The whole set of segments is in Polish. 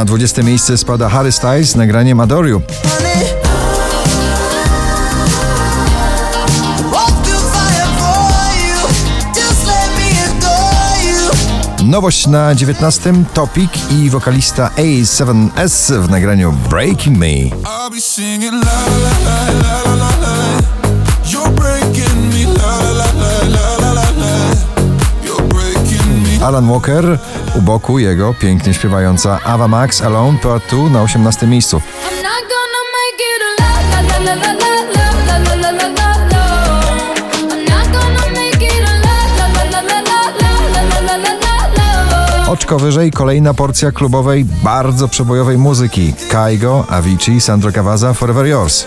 Na 20. miejsce spada Harry Styles z nagraniem Adore You. Nowość na 19. Topic i wokalista A7S w nagraniu Breaking Me. Alan Walker, u boku jego pięknie śpiewająca Ava Max Alone Part 2 na 18. miejscu. Oczko wyżej kolejna porcja klubowej, bardzo przebojowej muzyki. Kygo, Avicii, Sandro Cavazza, Forever Yours.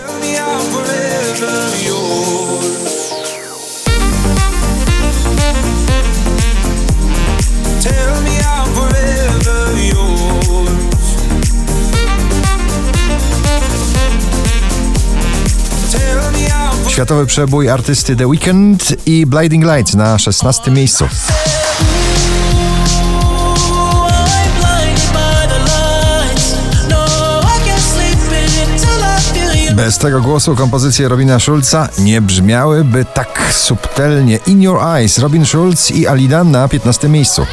Światowy przebój artysty The Weeknd i Blinding Lights na 16. miejscu. Bez tego głosu kompozycje Robina Schulza nie brzmiałyby tak subtelnie. In Your Eyes, Robin Schulz i Alida na 15. miejscu.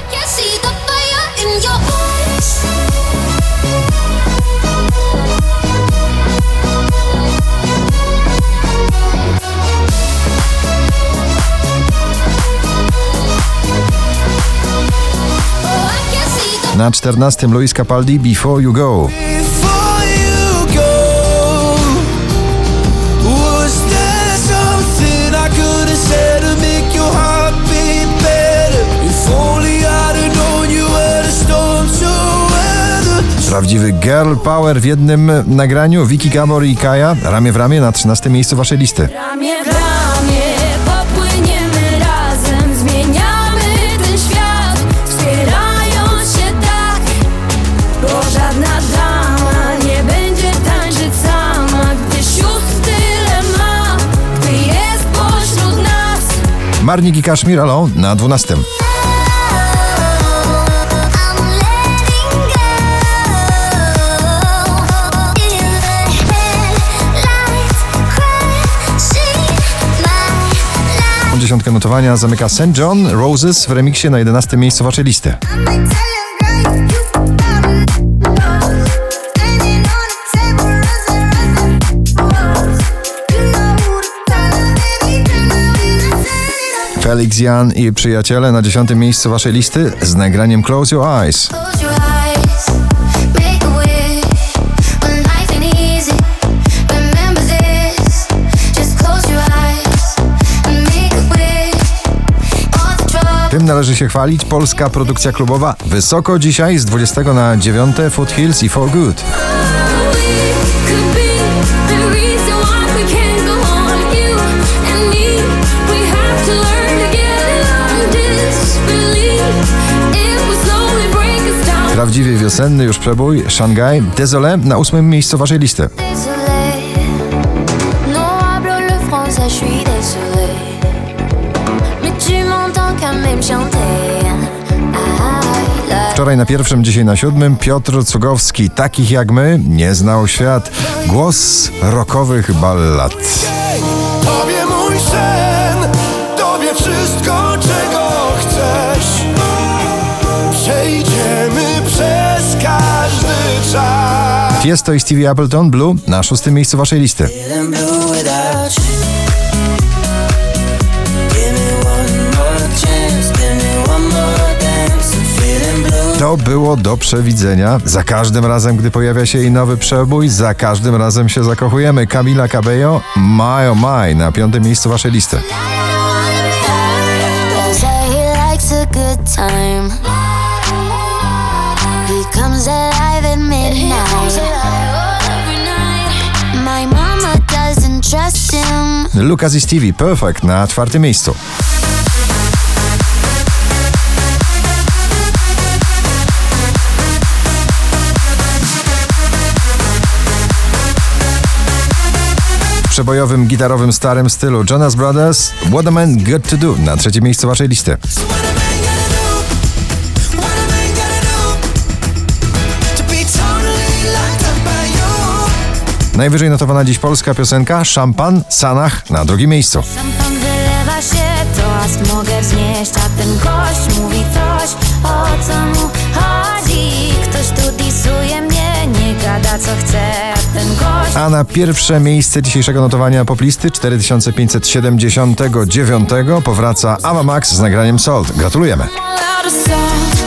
Na 14. Luis Capaldi, Before You Go. Prawdziwy girl power w jednym nagraniu. Vicky Gabor i Kaja ramię w ramię na 13. miejscu waszej listy. Ramię w ramię popłyniemy razem, zmieniamy ten świat, wspierając się tak, bo żadna dama nie będzie tańczyć sama, gdy sióstr tyle ma, gdy jest pośród nas. Marnik i Kashmir Alone na 12. Dziesiątkę notowania zamyka St. John Roses w remiksie na 11. miejscu waszej listy. Felix Jan i przyjaciele na 10. miejscu waszej listy z nagraniem Close Your Eyes. Tym należy się chwalić. Polska produkcja klubowa wysoko dzisiaj z 20 na 9 Foothills i For Good. Prawdziwie wiosenny już przebój Shanghai Désolé na 8. miejscu waszej listy. Wczoraj na 1, dzisiaj na 7 Piotr Cugowski, Takich jak my nie znał świat. Głos rockowych ballad. Tobie mój sen, Tobie wszystko czego chcesz. Przejdziemy przez każdy czas. Tiesto i Stevie Appleton Blue na 6. miejscu waszej listy. To było do przewidzenia. Za każdym razem, gdy pojawia się jej nowy przebój, za każdym razem się zakochujemy. Camila Cabello, My Oh My na 5. miejscu waszej listy. Lucas i Stevie, Perfect na 4. miejscu. W przebojowym, gitarowym, starym stylu Jonas Brothers, What a Man Got To Do na 3. miejscu waszej listy. Najwyżej notowana dziś polska piosenka Szampan, Sanach na drugim miejscu. Szampan wylewa się, toast mogę wznieść, a ten gość mówi coś, o co mu chodzi. Ktoś tu disuje mnie, nie gada co chce, a ten gość... A na pierwsze miejsce dzisiejszego notowania poplisty 4579 powraca Ava Max z nagraniem Salt. Gratulujemy. Out of sight.